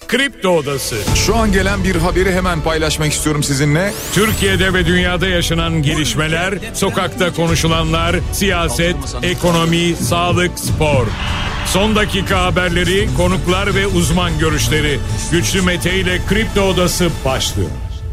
Kripto Odası. Şu an gelen bir haberi hemen paylaşmak istiyorum sizinle. Türkiye'de ve dünyada yaşanan gelişmeler, sokakta konuşulanlar, siyaset, ekonomi, sağlık, spor. Son dakika haberleri, konuklar ve uzman görüşleri. Güçlü Mete ile Kripto Odası başlıyor.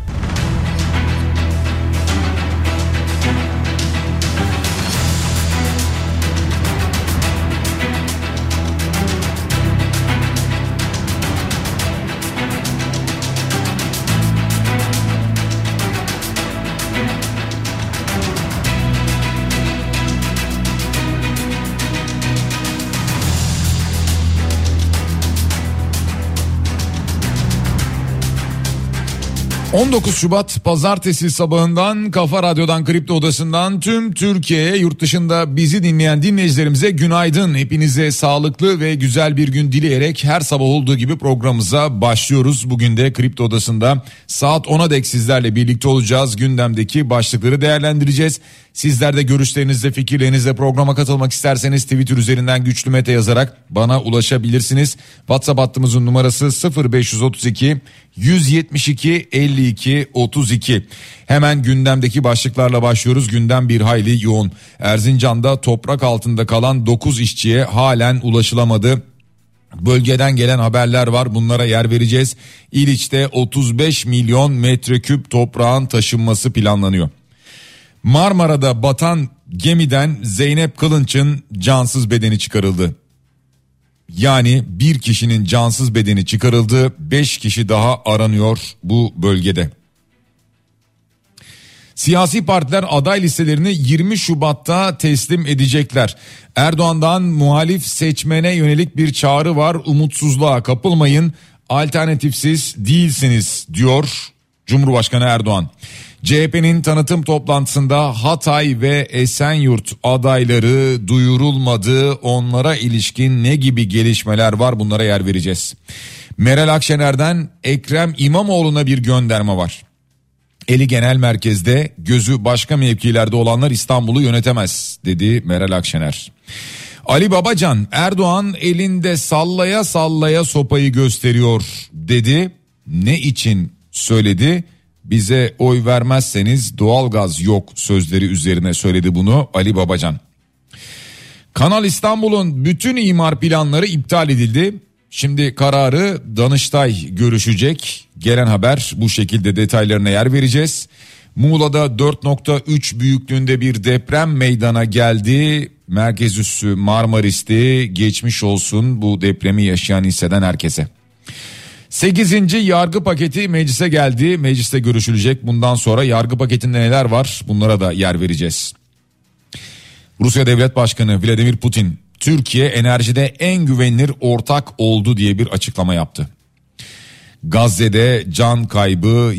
...19 Şubat Pazartesi sabahından Kafa Radyo'dan, Kripto Odası'ndan tüm Türkiye'ye, yurt dışında bizi dinleyen dinleyicilerimize günaydın. Hepinize sağlıklı ve güzel bir gün dileyerek her sabah olduğu gibi programımıza başlıyoruz. Bugün de Kripto Odası'nda saat 10'a dek sizlerle birlikte olacağız. Gündemdeki başlıkları değerlendireceğiz. Sizler de görüşlerinizle, fikirlerinizle programa katılmak isterseniz Twitter üzerinden Güçlü Mete yazarak bana ulaşabilirsiniz. WhatsApp hattımızın numarası 0532 172 52 32. Hemen gündemdeki başlıklarla başlıyoruz. Gündem bir hayli yoğun. Erzincan'da toprak altında kalan 9 işçiye halen ulaşılamadı. Bölgeden gelen haberler var, bunlara yer vereceğiz. İliç'te 35 milyon metreküp toprağın taşınması planlanıyor. Marmara'da batan gemiden Zeynep Kılınç'ın cansız bedeni çıkarıldı. Yani bir kişinin cansız bedeni çıkarıldı, 5 kişi daha aranıyor bu bölgede. Siyasi partiler aday listelerini 20 Şubat'ta teslim edecekler. Erdoğan'dan muhalif seçmene yönelik bir çağrı var. Umutsuzluğa kapılmayın, alternatifsiz değilsiniz diyor Cumhurbaşkanı Erdoğan. CHP'nin tanıtım toplantısında Hatay ve Esenyurt adayları duyurulmadı. Onlara ilişkin ne gibi gelişmeler var, bunlara yer vereceğiz. Meral Akşener'den Ekrem İmamoğlu'na bir gönderme var. Eli genel merkezde, gözü başka mevkilerde olanlar İstanbul'u yönetemez dedi Meral Akşener. Ali Babacan, Erdoğan elinde sallaya sallaya sopayı gösteriyor dedi. Ne için söyledi? Bize oy vermezseniz doğalgaz yok sözleri üzerine söyledi bunu Ali Babacan. Kanal İstanbul'un bütün imar planları iptal edildi. Şimdi kararı Danıştay görüşecek. Gelen haber bu şekilde, detaylarına yer vereceğiz. Muğla'da 4.3 büyüklüğünde bir deprem meydana geldi. Merkez üssü Marmaris'te, geçmiş olsun bu depremi yaşayan, hisseden herkese. 8. yargı paketi meclise geldi. Mecliste görüşülecek. Bundan sonra yargı paketinde neler var, bunlara da yer vereceğiz. Rusya Devlet Başkanı Vladimir Putin, Türkiye enerjide en güvenilir ortak oldu diye bir açıklama yaptı. Gazze'de can kaybı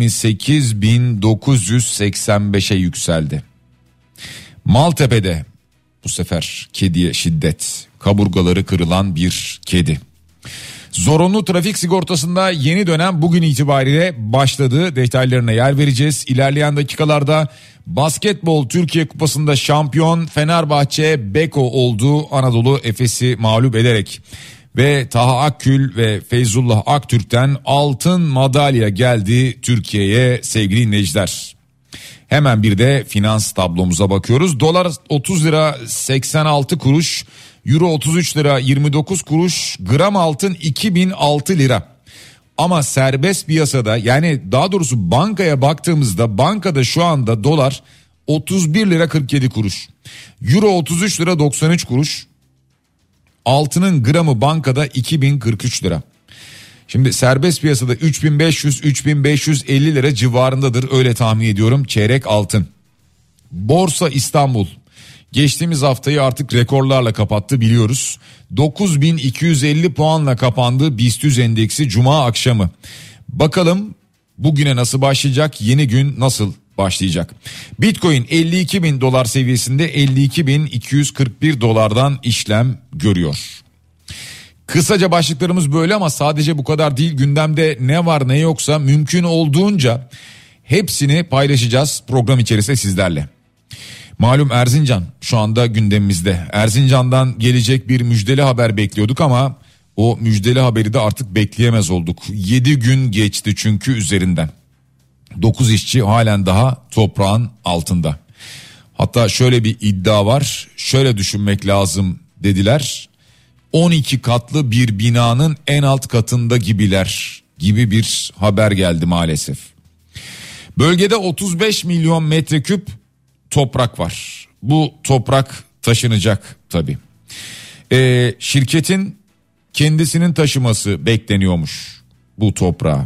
28.985'e yükseldi. Maltepe'de bu sefer kediye şiddet, kaburgaları kırılan bir kedi. Zorunlu trafik sigortasında yeni dönem bugün itibariyle başladı. Detaylarına yer vereceğiz. İlerleyen dakikalarda basketbol Türkiye Kupası'nda şampiyon Fenerbahçe Beko oldu. Anadolu Efes'i mağlup ederek. Ve Taha Akgül ve Feyzullah Aktürk'ten altın madalya geldi Türkiye'ye sevgili dinleyiciler. Hemen bir de finans tablomuza bakıyoruz. Dolar 30 lira 86 kuruş. Euro 33 lira 29 kuruş, gram altın 2006 lira. Ama serbest piyasada, yani daha doğrusu bankaya baktığımızda, bankada şu anda dolar 31 lira 47 kuruş. Euro 33 lira 93 kuruş. Altının gramı bankada 2043 lira. Şimdi serbest piyasada 3500-3550 lira civarındadır, öyle tahmin ediyorum çeyrek altın. Borsa İstanbul geçtiğimiz haftayı artık rekorlarla kapattı, biliyoruz. 9250 puanla kapandı BIST endeksi cuma akşamı. Bakalım bugüne nasıl başlayacak, yeni gün nasıl başlayacak? Bitcoin 52.000 dolar seviyesinde, 52.241 dolardan işlem görüyor. Kısaca başlıklarımız böyle ama sadece bu kadar değil. Gündemde ne var ne yoksa mümkün olduğunca hepsini paylaşacağız program içerisinde sizlerle. Malum Erzincan şu anda gündemimizde. Erzincan'dan gelecek bir müjdeli haber bekliyorduk ama o müjdeli haberi de artık bekleyemez olduk. 7 gün geçti çünkü üzerinden. 9 işçi halen daha toprağın altında. Hatta şöyle bir iddia var. Şöyle düşünmek lazım dediler. 12 katlı bir binanın en alt katında gibiler gibi bir haber geldi maalesef. Bölgede 35 milyon metreküp toprak var. Bu toprak taşınacak tabii. Şirketin kendisinin taşıması bekleniyormuş bu toprağı.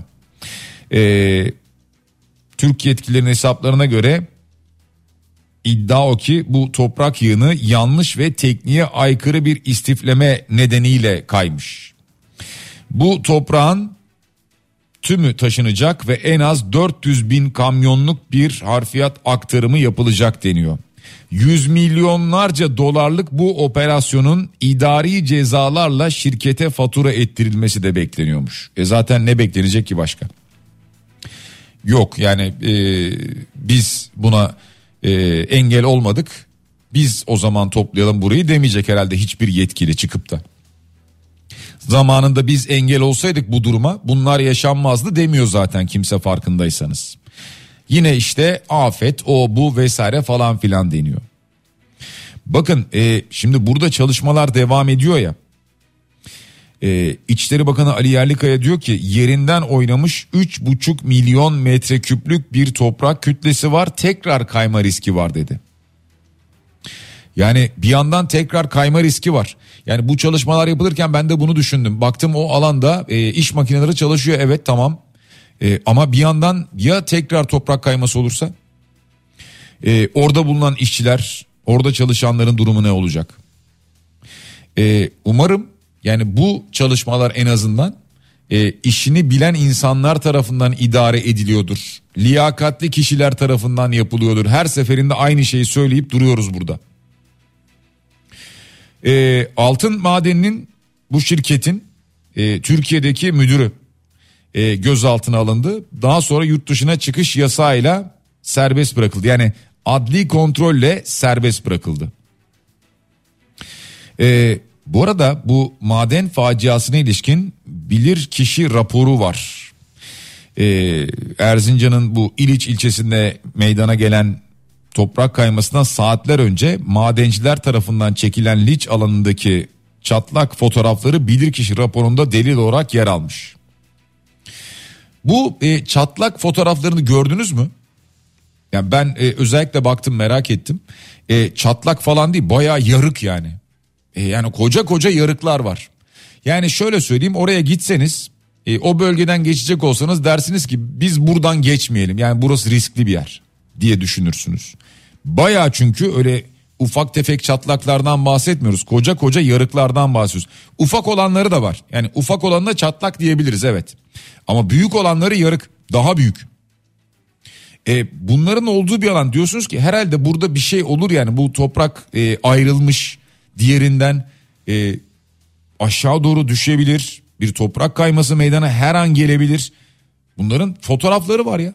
Türk yetkililerin hesaplarına göre iddia o ki bu toprak yığını yanlış ve tekniğe aykırı bir istifleme nedeniyle kaymış. Bu toprağın tümü taşınacak ve en az 400 bin kamyonluk bir harfiyat aktarımı yapılacak deniyor. 100 milyonlarca dolarlık bu operasyonun idari cezalarla şirkete fatura ettirilmesi de bekleniyormuş. Zaten ne beklenecek ki başka? Yok yani biz buna engel olmadık. Biz o zaman toplayalım burayı demeyecek herhalde hiçbir yetkili çıkıp da. Zamanında biz engel olsaydık bu duruma bunlar yaşanmazdı demiyor zaten kimse farkındaysanız. Yine işte afet o bu vesaire falan filan deniyor. Bakın şimdi burada çalışmalar devam ediyor ya. İçişleri Bakanı Ali Yerlikaya diyor ki yerinden oynamış 3,5 milyon metreküplük bir toprak kütlesi var, tekrar kayma riski var dedi. Yani bir yandan tekrar kayma riski var. Yani bu çalışmalar yapılırken ben de bunu düşündüm. Baktım o alanda iş makineleri çalışıyor, evet tamam. Ama bir yandan ya tekrar toprak kayması olursa orada bulunan işçiler, orada çalışanların durumu ne olacak? Umarım yani bu çalışmalar en azından işini bilen insanlar tarafından idare ediliyordur. Liyakatli kişiler tarafından yapılıyordur. Her seferinde aynı şeyi söyleyip duruyoruz burada. Altın madeninin bu şirketin Türkiye'deki müdürü gözaltına alındı. Daha sonra yurt dışına çıkış yasağıyla serbest bırakıldı. Yani adli kontrolle serbest bırakıldı. Bu arada bu maden faciasına ilişkin bilirkişi raporu var. Erzincan'ın bu İliç ilçesinde meydana gelen toprak kaymasından saatler önce madenciler tarafından çekilen Liç alanındaki çatlak fotoğrafları bilirkişi raporunda delil olarak yer almış. Bu çatlak fotoğraflarını gördünüz mü? Yani ben özellikle baktım, merak ettim. Çatlak falan değil, bayağı yarık yani. Yani koca koca yarıklar var. Yani şöyle söyleyeyim, oraya gitseniz o bölgeden geçecek olsanız dersiniz ki biz buradan geçmeyelim. Yani burası riskli bir yer diye düşünürsünüz. Bayağı, çünkü öyle ufak tefek çatlaklardan bahsetmiyoruz. Koca koca yarıklardan bahsediyoruz. Ufak olanları da var. Yani ufak olanına çatlak diyebiliriz, evet. Ama büyük olanları yarık, daha büyük. Bunların olduğu bir alan, diyorsunuz ki herhalde burada bir şey olur yani, bu toprak ayrılmış, diğerinden aşağı doğru düşebilir, bir toprak kayması meydana her an gelebilir. Bunların fotoğrafları var ya.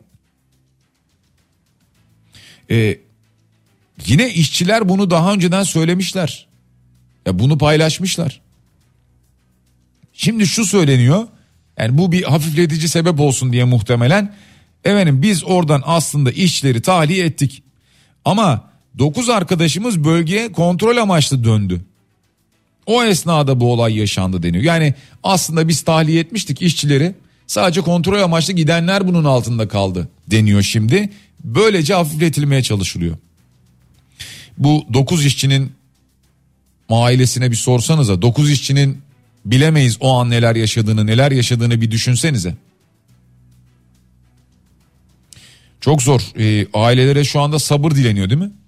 Yine işçiler bunu daha önceden söylemişler. Ya bunu paylaşmışlar. Şimdi şu söyleniyor. Yani bu bir hafifletici sebep olsun diye muhtemelen. Efendim biz oradan aslında işçileri tahliye ettik. Ama 9 arkadaşımız bölgeye kontrol amaçlı döndü. O esnada bu olay yaşandı deniyor. Yani aslında biz tahliye etmiştik işçileri. Sadece kontrol amaçlı gidenler bunun altında kaldı deniyor şimdi. Böylece hafifletilmeye çalışılıyor. Bu 9 işçinin ailesine bir sorsanıza, 9 işçinin bilemeyiz o an neler yaşadığını bir düşünsenize. Çok zor. Ailelere şu anda sabır dileniyor değil mi?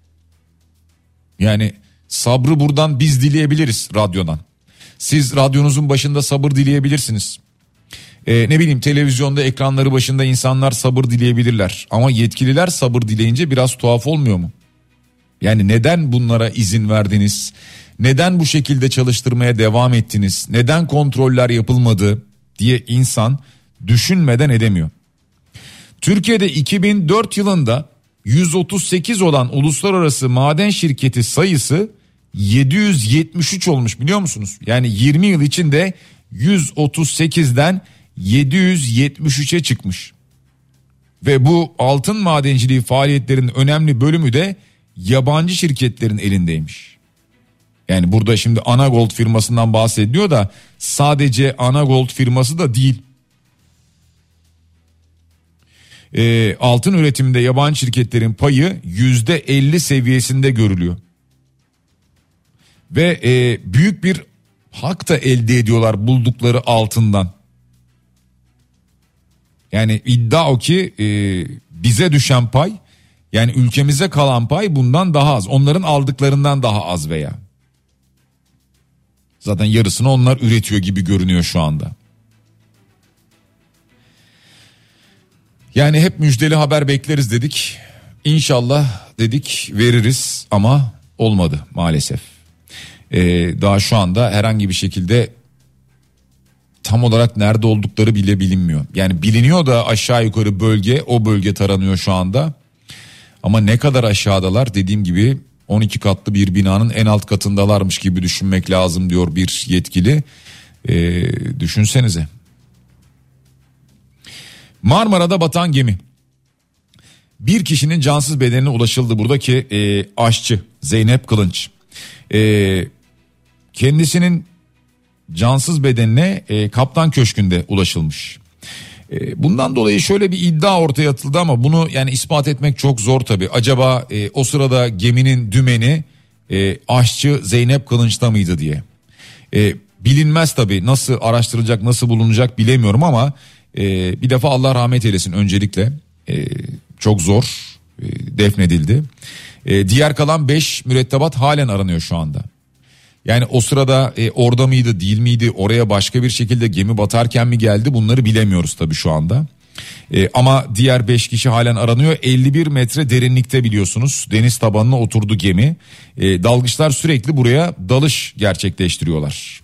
Yani sabrı buradan biz dileyebiliriz radyodan. Siz radyonuzun başında sabır dileyebilirsiniz. Ne bileyim, televizyonda ekranları başında insanlar sabır dileyebilirler. Ama yetkililer sabır dileyince biraz tuhaf olmuyor mu? Yani neden bunlara izin verdiniz? Neden bu şekilde çalıştırmaya devam ettiniz? Neden kontroller yapılmadı diye insan düşünmeden edemiyor. Türkiye'de 2004 yılında 138 olan uluslararası maden şirketi sayısı 773 olmuş, biliyor musunuz? Yani 20 yıl içinde 138'den 773'e çıkmış. Ve bu altın madenciliği faaliyetlerinin önemli bölümü de yabancı şirketlerin elindeymiş. Yani burada şimdi Anagold firmasından bahsediliyor da sadece Anagold firması da değil. Altın üretiminde yabancı şirketlerin payı %50 seviyesinde görülüyor. Ve büyük bir hak da elde ediyorlar buldukları altından. Yani iddia o ki bize düşen pay, yani ülkemize kalan pay bundan daha az. Onların aldıklarından daha az veya. Zaten yarısını onlar üretiyor gibi görünüyor şu anda. Yani hep müjdeli haber bekleriz dedik. İnşallah dedik, veririz ama olmadı maalesef. Daha şu anda herhangi bir şekilde tam olarak nerede oldukları bile bilinmiyor. Yani biliniyor da aşağı yukarı o bölge taranıyor şu anda. Ama ne kadar aşağıdalar, dediğim gibi 12 katlı bir binanın en alt katındalarmış gibi düşünmek lazım diyor bir yetkili. Düşünsenize. Marmara'da batan gemi. Bir kişinin cansız bedenine ulaşıldı. Buradaki aşçı Zeynep Kılınç. Kendisinin cansız bedenine Kaptan Köşkü'nde ulaşılmış. Bundan dolayı şöyle bir iddia ortaya atıldı ama bunu yani ispat etmek çok zor tabii. Acaba o sırada geminin dümeni aşçı Zeynep Kılınç'ta mıydı diye. Bilinmez tabii, nasıl araştırılacak, nasıl bulunacak bilemiyorum ama bir defa Allah rahmet eylesin öncelikle. Çok zor defnedildi. Diğer kalan 5 mürettebat halen aranıyor şu anda. Yani o sırada orada mıydı, değil miydi, oraya başka bir şekilde gemi batarken mi geldi, bunları bilemiyoruz tabii şu anda. Ama diğer 5 kişi halen aranıyor. 51 metre derinlikte biliyorsunuz deniz tabanına oturdu gemi. Dalgıçlar sürekli buraya dalış gerçekleştiriyorlar.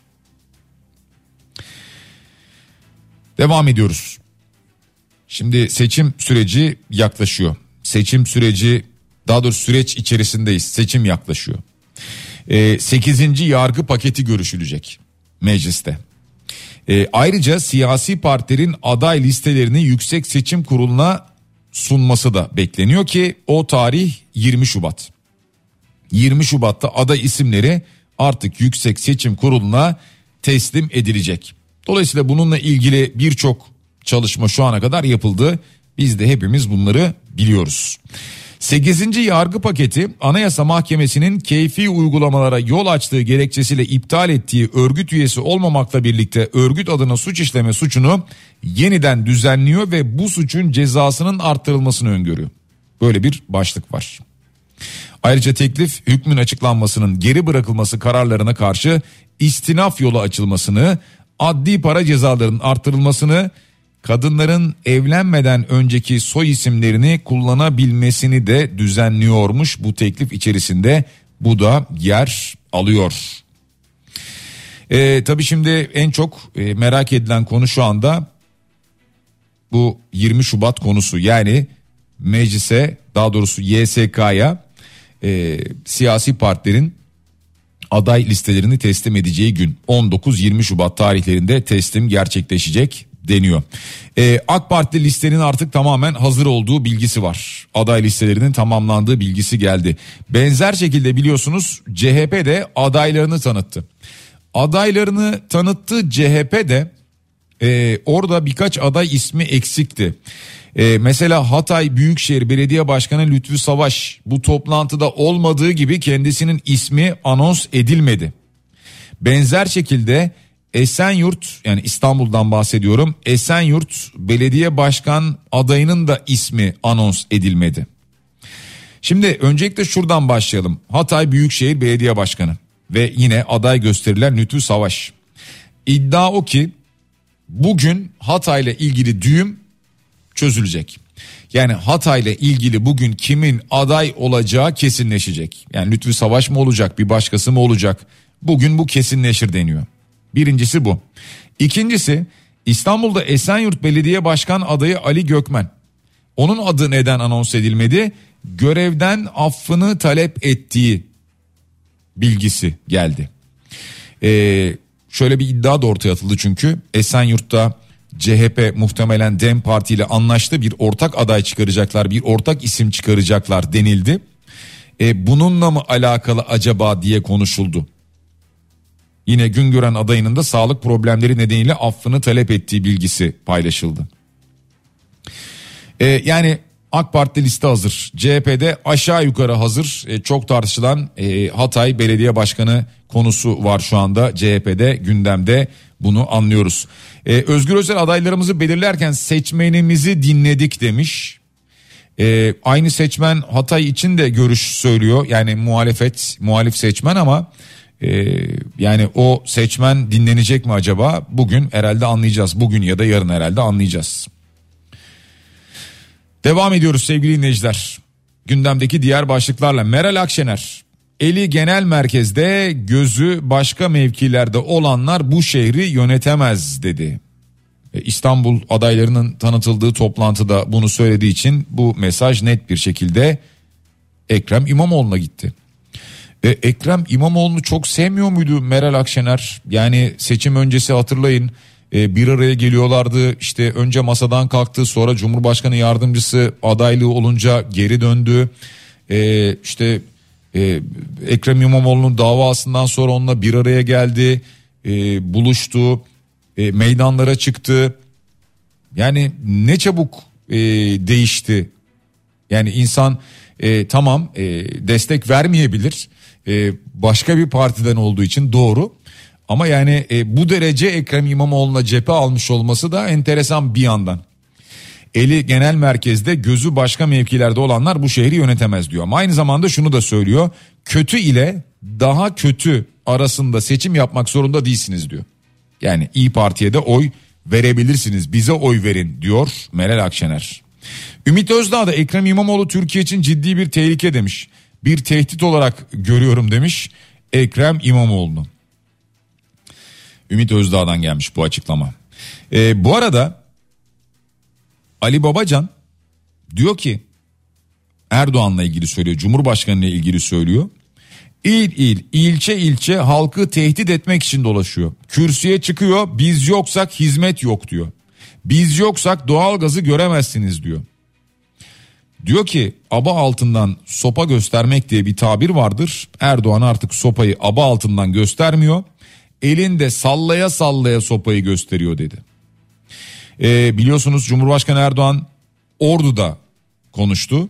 Devam ediyoruz. Şimdi seçim süreci yaklaşıyor. Daha doğrusu süreç içerisindeyiz. Seçim yaklaşıyor. 8. yargı paketi görüşülecek mecliste. Ayrıca siyasi partilerin aday listelerini Yüksek Seçim Kurulu'na sunması da bekleniyor ki o tarih 20 Şubat. 20 Şubat'ta aday isimleri artık Yüksek Seçim Kurulu'na teslim edilecek. Dolayısıyla bununla ilgili birçok çalışma şu ana kadar yapıldı. Biz de hepimiz bunları biliyoruz. 8. yargı paketi Anayasa Mahkemesi'nin keyfi uygulamalara yol açtığı gerekçesiyle iptal ettiği örgüt üyesi olmamakla birlikte örgüt adına suç işleme suçunu yeniden düzenliyor ve bu suçun cezasının arttırılmasını öngörüyor. Böyle bir başlık var. Ayrıca teklif hükmün açıklanmasının geri bırakılması kararlarına karşı istinaf yolu açılmasını, adli para cezalarının arttırılmasını, kadınların evlenmeden önceki soy isimlerini kullanabilmesini de düzenliyormuş bu teklif içerisinde. Bu da yer alıyor. Tabii şimdi en çok merak edilen konu şu anda bu 20 Şubat konusu. Yani meclise, daha doğrusu YSK'ya siyasi partilerin aday listelerini teslim edeceği gün 19-20 Şubat tarihlerinde teslim gerçekleşecek deniyor. AK Parti listenin artık tamamen hazır olduğu bilgisi var. Aday listelerinin tamamlandığı bilgisi geldi. Benzer şekilde biliyorsunuz CHP de adaylarını tanıttı. Adaylarını tanıttı CHP de orada birkaç aday ismi eksikti. Mesela Hatay Büyükşehir Belediye Başkanı Lütfü Savaş bu toplantıda olmadığı gibi kendisinin ismi anons edilmedi. Benzer şekilde Esenyurt, yani İstanbul'dan bahsediyorum, Esenyurt Belediye Başkan adayının da ismi anons edilmedi. Şimdi öncelikle şuradan başlayalım. Hatay Büyükşehir Belediye Başkanı ve yine aday gösterilen Lütfü Savaş. İddia o ki bugün Hatay'la ilgili düğüm çözülecek. Yani Hatay'la ilgili bugün kimin aday olacağı kesinleşecek. Yani Lütfü Savaş mı olacak, bir başkası mı olacak? Bugün bu kesinleşir deniyor. Birincisi bu. İkincisi, İstanbul'da Esenyurt Belediye Başkan adayı Ali Gökmen. Onun adı neden anons edilmedi? Görevden affını talep ettiği bilgisi geldi. Şöyle bir iddia da ortaya atıldı çünkü Esenyurt'ta CHP muhtemelen DEM Parti ile anlaştı, bir ortak aday çıkaracaklar, bir ortak isim çıkaracaklar denildi. Bununla mı alakalı acaba diye konuşuldu. Yine Güngören adayının da sağlık problemleri nedeniyle affını talep ettiği bilgisi paylaşıldı. Yani AK Parti liste hazır, CHP'de aşağı yukarı hazır. Çok tartışılan Hatay Belediye Başkanı konusu var şu anda CHP'de gündemde, bunu anlıyoruz. Özgür Özel adaylarımızı belirlerken seçmenimizi dinledik demiş. Aynı seçmen Hatay için de görüş söylüyor, yani muhalif seçmen ama yani o seçmen dinlenecek mi acaba? Bugün herhalde anlayacağız, bugün ya da yarın herhalde anlayacağız. Devam ediyoruz sevgili dinleyiciler. Gündemdeki diğer başlıklarla. Meral Akşener, eli genel merkezde, gözü başka mevkilerde olanlar bu şehri yönetemez dedi. İstanbul adaylarının tanıtıldığı toplantıda bunu söylediği için bu mesaj net bir şekilde Ekrem İmamoğlu'na gitti. Ekrem İmamoğlu'nu çok sevmiyor muydu Meral Akşener? Yani seçim öncesi hatırlayın, bir araya geliyorlardı, işte önce masadan kalktı, sonra Cumhurbaşkanı yardımcısı adaylığı olunca geri döndü. Ekrem İmamoğlu'nun davasından sonra onunla bir araya geldi, buluştu, meydanlara çıktı. Yani ne çabuk değişti. Yani insan tamam destek vermeyebilir, başka bir partiden olduğu için, doğru. Ama yani bu derece Ekrem İmamoğlu'na cephe almış olması da enteresan bir yandan. Eli genel merkezde, gözü başka mevkilerde olanlar bu şehri yönetemez diyor. Ama aynı zamanda şunu da söylüyor. Kötü ile daha kötü arasında seçim yapmak zorunda değilsiniz diyor. Yani İYİ Parti'ye de oy verebilirsiniz, bize oy verin diyor Meral Akşener. Ümit Özdağ da Ekrem İmamoğlu Türkiye için ciddi bir tehlike demiş. Bir tehdit olarak görüyorum demiş Ekrem İmamoğlu'nu. Ümit Özdağ'dan gelmiş bu açıklama. Bu arada Ali Babacan diyor ki, Erdoğan'la ilgili söylüyor, Cumhurbaşkanı'yla ilgili söylüyor. İlçe ilçe halkı tehdit etmek için dolaşıyor. Kürsüye çıkıyor, biz yoksak hizmet yok diyor. Biz yoksak doğalgazı göremezsiniz diyor. Diyor ki aba altından sopa göstermek diye bir tabir vardır. Erdoğan artık sopayı aba altından göstermiyor. Elinde sallaya sallaya sopayı gösteriyor dedi. Biliyorsunuz Cumhurbaşkanı Erdoğan Ordu'da konuştu.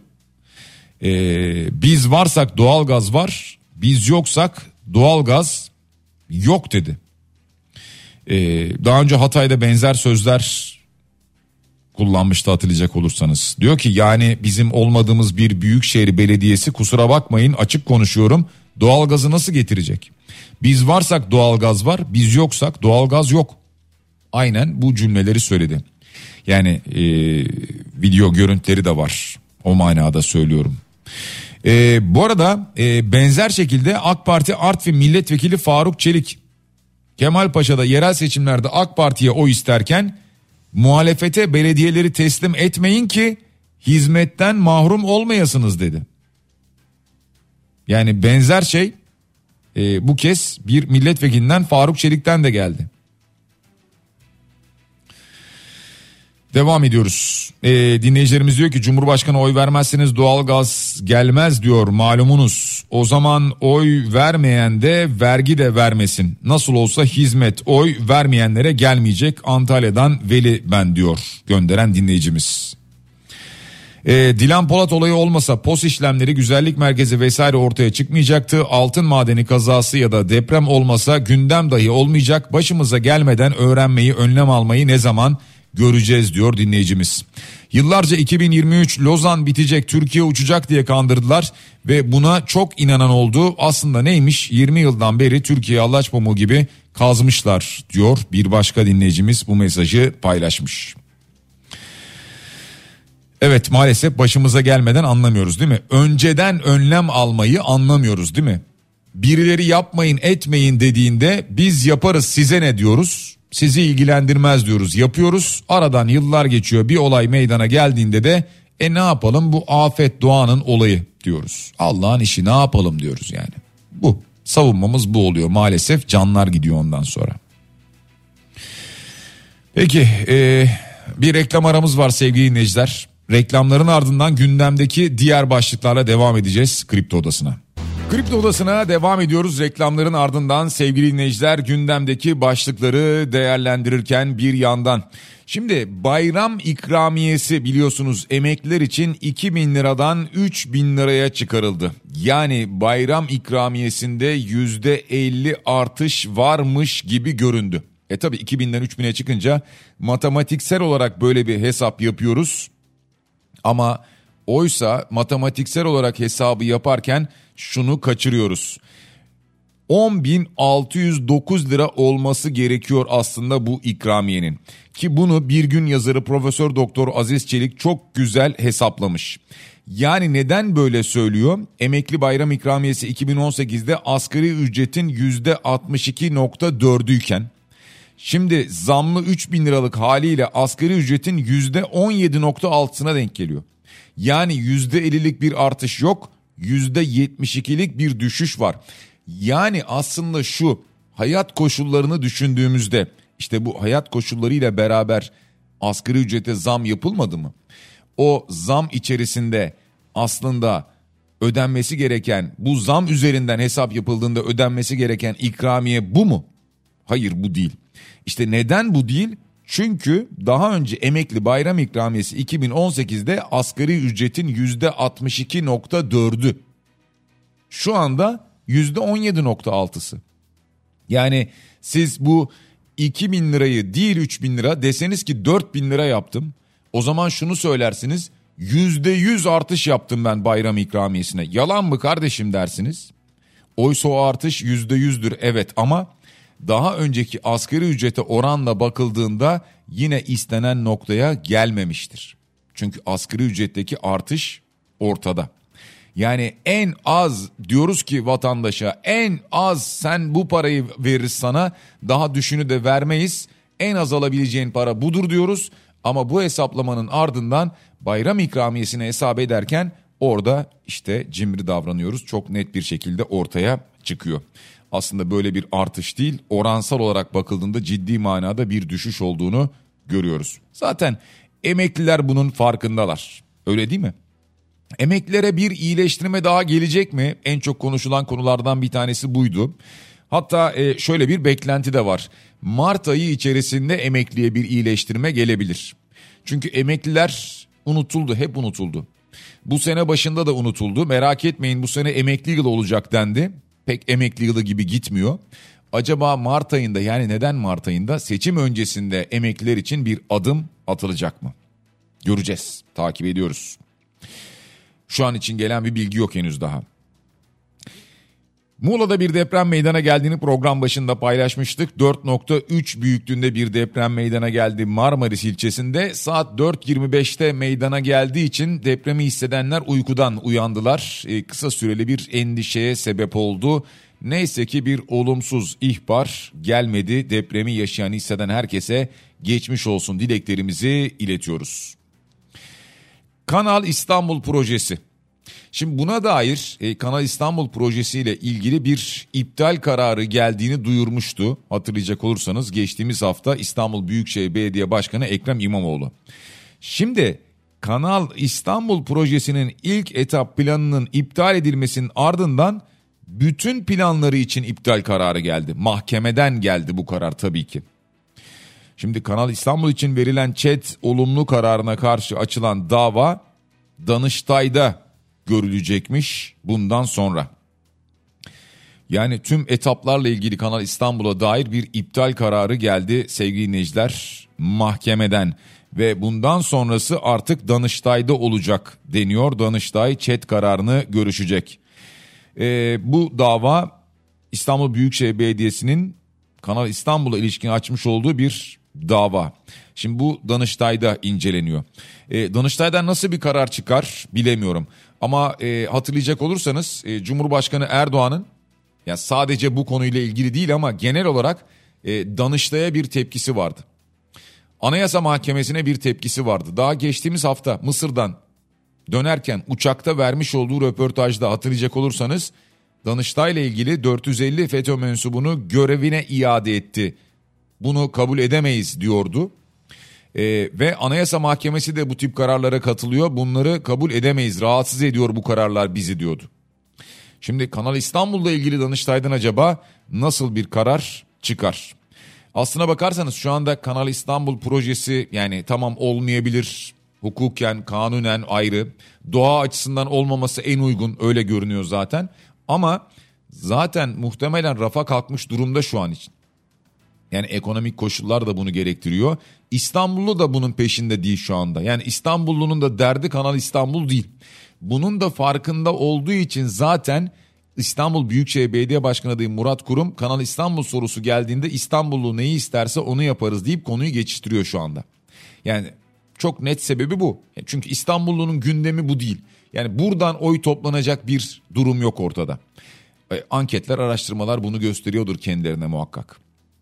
Biz varsak doğalgaz var, biz yoksak doğalgaz yok dedi. Daha önce Hatay'da benzer sözler kullanmıştı hatırlayacak olursanız. Diyor ki yani bizim olmadığımız bir büyükşehir belediyesi, kusura bakmayın açık konuşuyorum, doğalgazı nasıl getirecek? Biz varsak doğalgaz var, biz yoksak doğalgaz yok. Aynen bu cümleleri söyledi. Yani video görüntüleri de var, o manada söylüyorum. Bu arada benzer şekilde AK Parti Artvin Milletvekili Faruk Çelik, Kemalpaşa'da yerel seçimlerde AK Parti'ye oy isterken muhalefete belediyeleri teslim etmeyin ki hizmetten mahrum olmayasınız dedi. Yani benzer şey bu kez bir milletvekilinden, Faruk Çelik'ten de geldi. Devam ediyoruz. Dinleyicilerimiz diyor ki Cumhurbaşkanı oy vermezseniz doğalgaz gelmez diyor malumunuz. O zaman oy vermeyen de vergi de vermesin. Nasıl olsa hizmet oy vermeyenlere gelmeyecek. Antalya'dan Veli ben diyor gönderen dinleyicimiz. Dilan Polat olayı olmasa POS işlemleri, güzellik merkezi vesaire ortaya çıkmayacaktı. Altın madeni kazası ya da deprem olmasa gündem dahi olmayacak. Başımıza gelmeden öğrenmeyi, önlem almayı ne zaman göreceğiz diyor dinleyicimiz. Yıllarca 2023 Lozan bitecek, Türkiye uçacak diye kandırdılar ve buna çok inanan oldu. Aslında neymiş? 20 yıldan beri Türkiye allaç pamuğu gibi kazmışlar diyor bir başka dinleyicimiz, bu mesajı paylaşmış. Evet, maalesef başımıza gelmeden anlamıyoruz değil mi? Önceden önlem almayı anlamıyoruz değil mi? Birileri yapmayın etmeyin dediğinde biz yaparız size ne diyoruz? Sizi ilgilendirmez diyoruz, yapıyoruz. Aradan yıllar geçiyor, bir olay meydana geldiğinde de ne yapalım, bu afet doğanın olayı diyoruz. Allah'ın işi, ne yapalım diyoruz yani. Bu Savunmamız bu oluyor. Maalesef canlar gidiyor ondan sonra. Peki bir reklam aramız var sevgili dinleyiciler. Reklamların ardından gündemdeki diğer başlıklarla devam edeceğiz Kripto Odası'na. Kripto Odası'na devam ediyoruz. Reklamların ardından sevgili dinleyiciler gündemdeki başlıkları değerlendirirken bir yandan. Şimdi bayram ikramiyesi biliyorsunuz emekliler için 2.000 liradan 3.000 liraya çıkarıldı. Yani bayram ikramiyesinde %50 artış varmış gibi göründü. Tabii 2.000'den 3.000'e çıkınca matematiksel olarak böyle bir hesap yapıyoruz. Ama oysa matematiksel olarak hesabı yaparken şunu kaçırıyoruz. 10.609 lira olması gerekiyor aslında bu ikramiyenin. Ki bunu Bir Gün yazarı Profesör Doktor Aziz Çelik çok güzel hesaplamış. Yani neden böyle söylüyor? Emekli bayram ikramiyesi 2018'de asgari ücretin %62.4'ü iken şimdi zamlı 3.000 liralık haliyle asgari ücretin %17.6'sına denk geliyor. Yani %50'lik bir artış yok, %72'lik bir düşüş var. Yani aslında şu hayat koşullarını düşündüğümüzde işte bu hayat koşullarıyla beraber asgari ücrete zam yapılmadı mı? O zam içerisinde aslında ödenmesi gereken, bu zam üzerinden hesap yapıldığında ödenmesi gereken ikramiye bu mu? Hayır, bu değil. İşte neden bu değil? Çünkü daha önce emekli bayram ikramiyesi 2018'de asgari ücretin %62.4'ü. Şu anda %17.6'sı. Yani siz bu 2.000 lirayı değil 3.000 lira deseniz ki 4.000 lira yaptım. O zaman şunu söylersiniz, %100 artış yaptım ben bayram ikramiyesine. Yalan mı kardeşim dersiniz. Oysa o artış %100'dür evet, ama daha önceki asgari ücrete oranla bakıldığında yine istenen noktaya gelmemiştir. Çünkü asgari ücretteki artış ortada. Yani en az diyoruz ki vatandaşa, en az sen bu parayı veririz sana, daha düşünü de vermeyiz. En az alabileceğin para budur diyoruz. Ama bu hesaplamanın ardından bayram ikramiyesini hesap ederken orada işte cimri davranıyoruz. Çok net bir şekilde ortaya çıkıyor. Aslında böyle bir artış değil, oransal olarak bakıldığında ciddi manada bir düşüş olduğunu görüyoruz. Zaten emekliler bunun farkındalar. Öyle değil mi? Emeklilere bir iyileştirme daha gelecek mi? En çok konuşulan konulardan bir tanesi buydu. Hatta şöyle bir beklenti de var. Mart ayı içerisinde emekliye bir iyileştirme gelebilir. Çünkü emekliler unutuldu, hep unutuldu. Bu sene başında da unutuldu. Merak etmeyin, bu sene emekli yılı olacak dendi. Pek emekli yılı gibi gitmiyor. Acaba Mart ayında, yani neden Mart ayında, seçim öncesinde emekliler için bir adım atılacak mı? Göreceğiz, takip ediyoruz. Şu an için gelen bir bilgi yok henüz daha. Muğla'da bir deprem meydana geldiğini program başında paylaşmıştık. 4.3 büyüklüğünde bir deprem meydana geldi Marmaris ilçesinde. Saat 4.25'te meydana geldiği için depremi hissedenler uykudan uyandılar. Kısa süreli bir endişeye sebep oldu. Neyse ki bir olumsuz ihbar gelmedi. Depremi yaşayan, hisseden herkese geçmiş olsun dileklerimizi iletiyoruz. Kanal İstanbul projesi. Şimdi buna dair Kanal İstanbul projesiyle ilgili bir iptal kararı geldiğini duyurmuştu. Hatırlayacak olursanız geçtiğimiz hafta İstanbul Büyükşehir Belediye Başkanı Ekrem İmamoğlu. Şimdi Kanal İstanbul projesinin ilk etap planının iptal edilmesinin ardından bütün planları için iptal kararı geldi. Mahkemeden geldi bu karar tabii ki. Şimdi Kanal İstanbul için verilen ÇED olumlu kararına karşı açılan dava Danıştay'da görülecekmiş bundan sonra. Yani tüm etaplarla ilgili Kanal İstanbul'a dair bir iptal kararı geldi sevgili dinleyiciler mahkemeden. Ve bundan sonrası artık Danıştay'da olacak deniyor. Danıştay ÇED kararını görüşecek. Bu dava İstanbul Büyükşehir Belediyesi'nin Kanal İstanbul'a ilişkin açmış olduğu bir dava. Şimdi bu Danıştay'da inceleniyor. Danıştay'dan nasıl bir karar çıkar bilemiyorum. Ama hatırlayacak olursanız Cumhurbaşkanı Erdoğan'ın, ya sadece bu konuyla ilgili değil ama genel olarak Danıştay'a bir tepkisi vardı. Anayasa Mahkemesi'ne bir tepkisi vardı. Daha geçtiğimiz hafta Mısır'dan dönerken uçakta vermiş olduğu röportajda hatırlayacak olursanız Danıştay'la ilgili 450 FETÖ mensubunu görevine iade etti. Bunu kabul edemeyiz diyordu. Ve Anayasa Mahkemesi de bu tip kararlara katılıyor. Bunları kabul edemeyiz, rahatsız ediyor bu kararlar bizi diyordu. Şimdi Kanal İstanbul'la ilgili Danıştay'dan acaba nasıl bir karar çıkar? Aslına bakarsanız şu anda Kanal İstanbul projesi yani tamam olmayabilir. Hukuken, kanunen ayrı. Doğa açısından olmaması en uygun, öyle görünüyor zaten. Ama zaten muhtemelen rafa kalkmış durumda şu an için. Yani ekonomik koşullar da bunu gerektiriyor. İstanbullu da bunun peşinde değil şu anda. Yani İstanbullunun da derdi Kanal İstanbul değil. Bunun da farkında olduğu için zaten İstanbul Büyükşehir Belediye Başkanı adayı Murat Kurum Kanal İstanbul sorusu geldiğinde İstanbullu neyi isterse onu yaparız deyip konuyu geçiştiriyor şu anda. Yani çok net sebebi bu. Çünkü İstanbullunun gündemi bu değil. Yani buradan oy toplanacak bir durum yok ortada. Anketler, araştırmalar bunu gösteriyordur kendilerine muhakkak.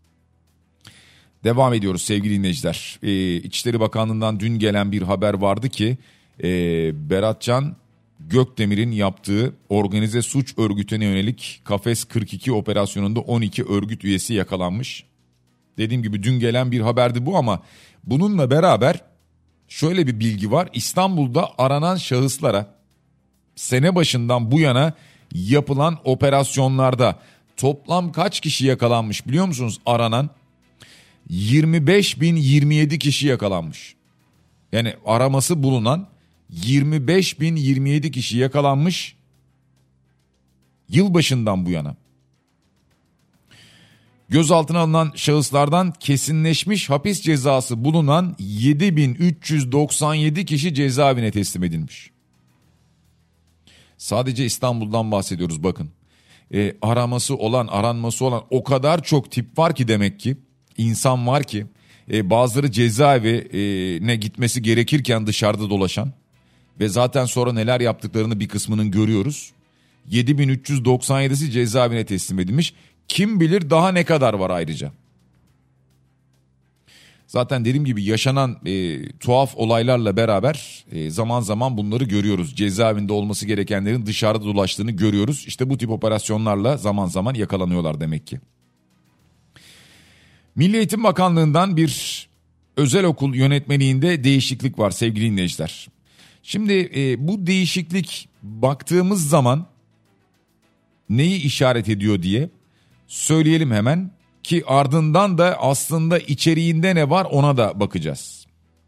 Devam ediyoruz sevgili dinleyiciler. İçişleri Bakanlığı'ndan dün gelen bir haber vardı ki Beratcan Gökdemir'in yaptığı organize suç örgütüne yönelik Kafes 42 operasyonunda 12 örgüt üyesi yakalanmış. Dediğim gibi dün gelen bir haberdi bu ama bununla beraber şöyle bir bilgi var. İstanbul'da aranan şahıslara sene başından bu yana yapılan operasyonlarda toplam kaç kişi yakalanmış biliyor musunuz aranan? 25.027 kişi yakalanmış. Yani araması bulunan 25.027 kişi yakalanmış yılbaşından bu yana. Gözaltına alınan şahıslardan kesinleşmiş hapis cezası bulunan 7.397 kişi cezaevine teslim edilmiş. Sadece İstanbul'dan bahsediyoruz bakın. Araması olan, aranması olan o kadar çok tip var ki demek ki. İnsan var ki bazıları cezaevine gitmesi gerekirken dışarıda dolaşan ve zaten sonra neler yaptıklarını bir kısmının görüyoruz. 7.397'si cezaevine teslim edilmiş. Kim bilir daha ne kadar var ayrıca. Zaten dediğim gibi yaşanan tuhaf olaylarla beraber zaman zaman bunları görüyoruz. Cezaevinde olması gerekenlerin dışarıda dolaştığını görüyoruz. İşte bu tip operasyonlarla zaman zaman yakalanıyorlar demek ki. Milli Eğitim Bakanlığı'ndan bir özel okul yönetmeliğinde değişiklik var sevgili dinleyiciler. Şimdi bu değişiklik baktığımız zaman neyi işaret ediyor diye söyleyelim hemen ki ardından da aslında içeriğinde ne var ona da bakacağız.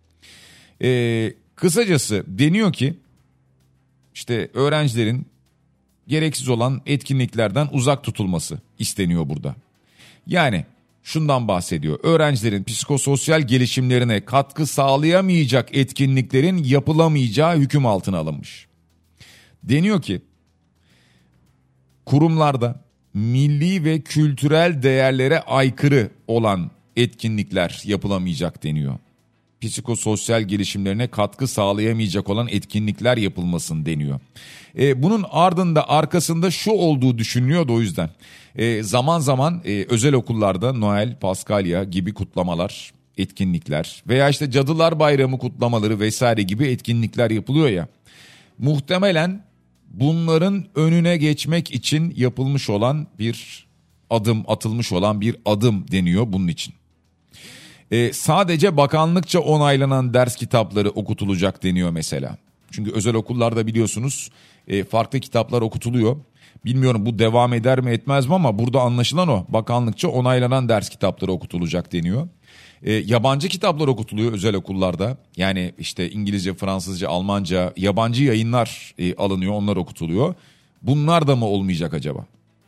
Kısacası deniyor ki işte öğrencilerin gereksiz olan etkinliklerden uzak tutulması isteniyor burada. Yani şundan bahsediyor. Öğrencilerin psikososyal gelişimlerine katkı sağlayamayacak etkinliklerin yapılamayacağı hüküm altına alınmış. Deniyor ki kurumlarda milli ve kültürel değerlere aykırı olan etkinlikler yapılamayacak deniyor. Psikososyal gelişimlerine katkı sağlayamayacak olan etkinlikler yapılmasın deniyor. Bunun ardında arkasında şu olduğu düşünülüyor da o yüzden. Zaman zaman özel okullarda Noel, Paskalya gibi kutlamalar, etkinlikler veya işte Cadılar Bayramı kutlamaları vesaire gibi etkinlikler yapılıyor ya. Muhtemelen bunların önüne geçmek için yapılmış olan bir adım, atılmış olan bir adım deniyor bunun için. Sadece bakanlıkça onaylanan ders kitapları okutulacak deniyor mesela. Çünkü özel okullarda biliyorsunuz farklı kitaplar okutuluyor. Bilmiyorum bu devam eder mi etmez mi ama burada anlaşılan o. Bakanlıkça onaylanan ders kitapları okutulacak deniyor. Yabancı kitaplar okutuluyor özel okullarda. Yani işte İngilizce, Fransızca, Almanca yabancı yayınlar alınıyor, onlar okutuluyor. Bunlar da mı olmayacak acaba?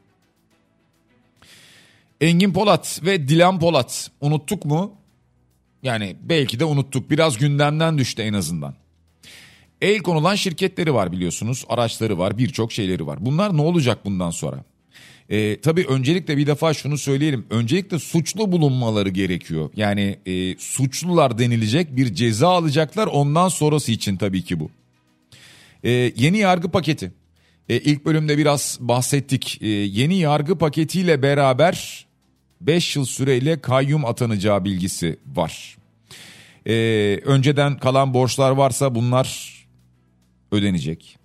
Engin Polat ve Dilan Polat unuttuk mu? Yani belki de unuttuk. Biraz gündemden düştü en azından. El konulan şirketleri var biliyorsunuz. Araçları var, birçok şeyleri var. Bunlar ne olacak bundan sonra? Tabii öncelikle bir defa şunu söyleyelim. Öncelikle suçlu bulunmaları gerekiyor. Yani suçlular denilecek, bir ceza alacaklar. Ondan sonrası için tabii ki bu. Yeni yargı paketi. İlk bölümde biraz bahsettik. Yeni yargı paketiyle beraber 5 yıl süreyle kayyum atanacağı bilgisi var. Önceden kalan borçlar varsa bunlar ödenecek.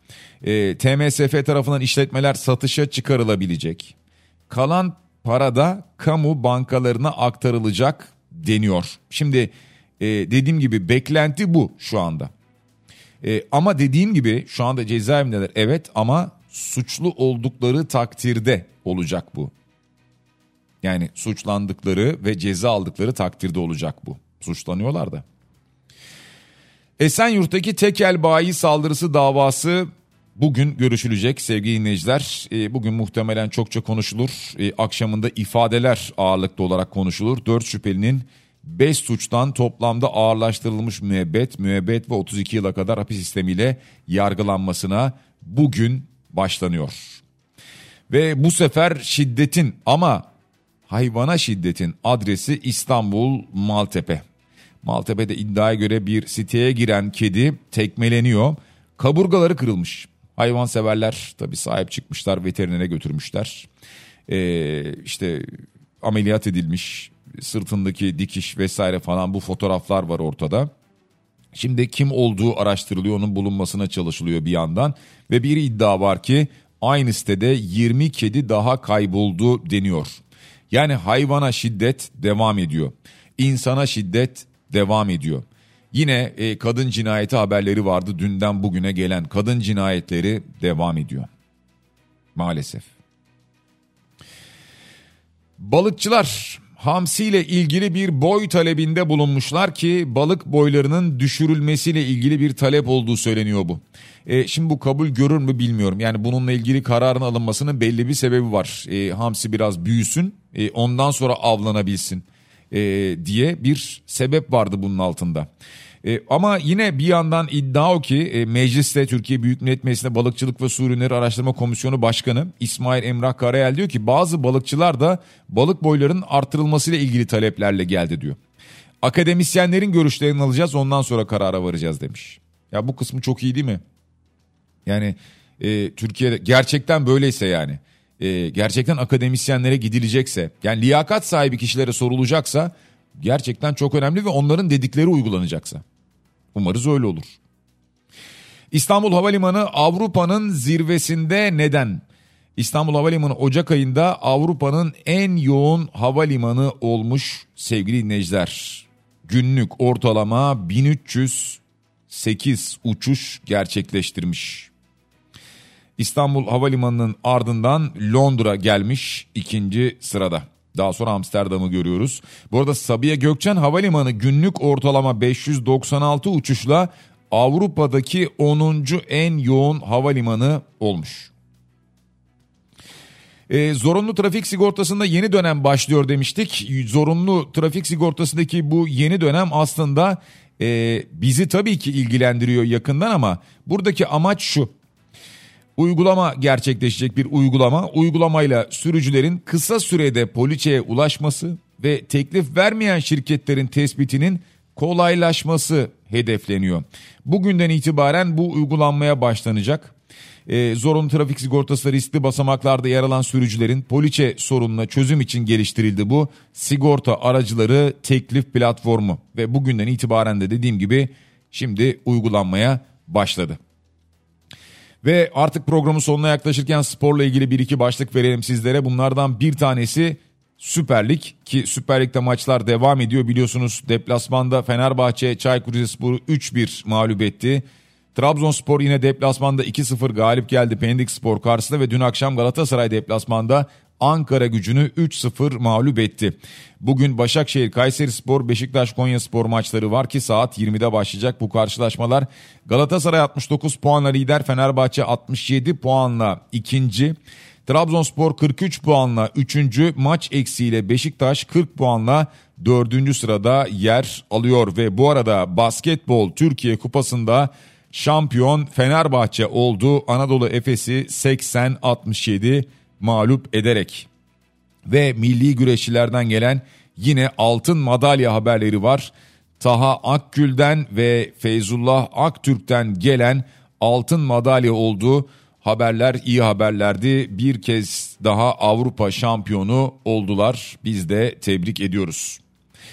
TMSF tarafından işletmeler satışa çıkarılabilecek. Kalan para da kamu bankalarına aktarılacak deniyor. Şimdi dediğim gibi beklenti bu şu anda. Ama dediğim gibi şu anda cezaevindeler, evet, ama suçlu oldukları takdirde olacak bu. Yani suçlandıkları ve ceza aldıkları takdirde olacak bu. Suçlanıyorlar da. Esenyurt'taki tekel bayi saldırısı davası bugün görüşülecek sevgili dinleyiciler. Bugün muhtemelen çokça konuşulur. Akşamında ifadeler ağırlıklı olarak konuşulur. 4 şüphelinin 5 suçtan toplamda ağırlaştırılmış müebbet ve 32 yıla kadar hapis sistemiyle yargılanmasına bugün başlanıyor. Ve bu sefer şiddetin, ama hayvana şiddetin adresi İstanbul Maltepe. Maltepe'de iddiaya göre bir siteye giren kedi tekmeleniyor. Kaburgaları kırılmış. Hayvanseverler tabii sahip çıkmışlar, veterinere götürmüşler. İşte ameliyat edilmiş, sırtındaki dikiş vesaire falan, bu fotoğraflar var ortada. Şimdi kim olduğu araştırılıyor, onun bulunmasına çalışılıyor bir yandan. Ve bir iddia var ki aynı sitede 20 kedi daha kayboldu deniyor. Yani hayvana şiddet devam ediyor. İnsana şiddet devam ediyor. Yine kadın cinayeti haberleri vardı, dünden bugüne gelen kadın cinayetleri devam ediyor. Maalesef. Balıkçılar hamsiyle ilgili bir boy talebinde bulunmuşlar ki balık boylarının düşürülmesiyle ilgili bir talep olduğu söyleniyor bu. Şimdi bu kabul görür mü bilmiyorum. Yani bununla ilgili kararın alınmasının belli bir sebebi var. Hamsi biraz büyüsün, ondan sonra avlanabilsin diye bir sebep vardı bunun altında. Ama yine bir yandan iddia o ki mecliste, Türkiye Büyük Millet Meclisi'nde Balıkçılık ve Su Ürünleri Araştırma Komisyonu Başkanı İsmail Emrah Karayel diyor ki bazı balıkçılar da balık boylarının artırılmasıyla ilgili taleplerle geldi diyor. Akademisyenlerin görüşlerini alacağız, ondan sonra karara varacağız demiş. Ya bu kısmı çok iyi değil mi? Yani Türkiye'de gerçekten böyleyse, yani gerçekten akademisyenlere gidilecekse, yani liyakat sahibi kişilere sorulacaksa gerçekten çok önemli ve onların dedikleri uygulanacaksa. Umarız öyle olur. İstanbul Havalimanı Avrupa'nın zirvesinde neden? İstanbul Havalimanı Ocak ayında Avrupa'nın en yoğun havalimanı olmuş sevgili dinleyiciler. Günlük ortalama 1308 uçuş gerçekleştirmiş. İstanbul Havalimanı'nın ardından Londra gelmiş ikinci sırada. Daha sonra Amsterdam'ı görüyoruz. Bu arada Sabiha Gökçen Havalimanı günlük ortalama 596 uçuşla Avrupa'daki 10. en yoğun havalimanı olmuş. Zorunlu trafik sigortasında yeni dönem başlıyor demiştik. Zorunlu trafik sigortasındaki bu yeni dönem aslında bizi tabii ki ilgilendiriyor yakından, ama buradaki amaç şu. Uygulama gerçekleşecek, bir uygulama. Uygulamayla sürücülerin kısa sürede poliçeye ulaşması ve teklif vermeyen şirketlerin tespitinin kolaylaşması hedefleniyor. Bugünden itibaren bu uygulanmaya başlanacak. Zorunlu trafik sigortası riskli basamaklarda yer alan sürücülerin poliçe sorununa çözüm için geliştirildi bu sigorta aracıları teklif platformu. Ve bugünden itibaren de dediğim gibi şimdi uygulanmaya başladı. Ve artık programın sonuna yaklaşırken sporla ilgili bir iki başlık verelim sizlere. Bunlardan bir tanesi Süper Lig, ki Süper Lig'de maçlar devam ediyor. Biliyorsunuz deplasmanda Fenerbahçe Çaykur Rizespor'u 3-1 mağlup etti. Trabzonspor yine deplasmanda 2-0 galip geldi Pendikspor karşısında ve dün akşam Galatasaray deplasmanda Ankaragücü'nü 3-0 mağlup etti. Bugün Başakşehir, Kayserispor, Beşiktaş, Konyaspor maçları var ki saat 20'de başlayacak bu karşılaşmalar. Galatasaray 69 puanla lider, Fenerbahçe 67 puanla ikinci. Trabzonspor 43 puanla 3. maç eksiğiyle Beşiktaş 40 puanla 4. sırada yer alıyor. Ve bu arada basketbol Türkiye Kupası'nda şampiyon Fenerbahçe oldu. Anadolu Efes'i 80-67 mağlup ederek. Ve milli güreşçilerden gelen yine altın madalya haberleri var. Taha Akgül'den ve Feyzullah Aktürk'ten gelen altın madalya oldu. Haberler iyi haberlerdi. Bir kez daha Avrupa şampiyonu oldular. Biz de tebrik ediyoruz.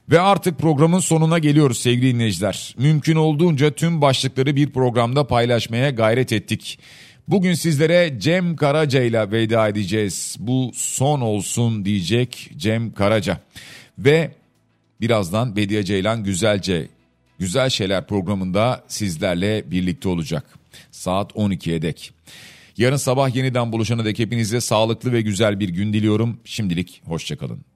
Ve artık programın sonuna geliyoruz sevgili dinleyiciler. Mümkün olduğunca tüm başlıkları bir programda paylaşmaya gayret ettik. Bugün sizlere Cem Karaca ile veda edeceğiz. Bu son olsun diyecek Cem Karaca. Ve birazdan Bediye Ceylan Güzel Şeyler programında sizlerle birlikte olacak. Saat 12'ye dek. Yarın sabah yeniden buluşana dek hepinize sağlıklı ve güzel bir gün diliyorum. Şimdilik hoşça kalın.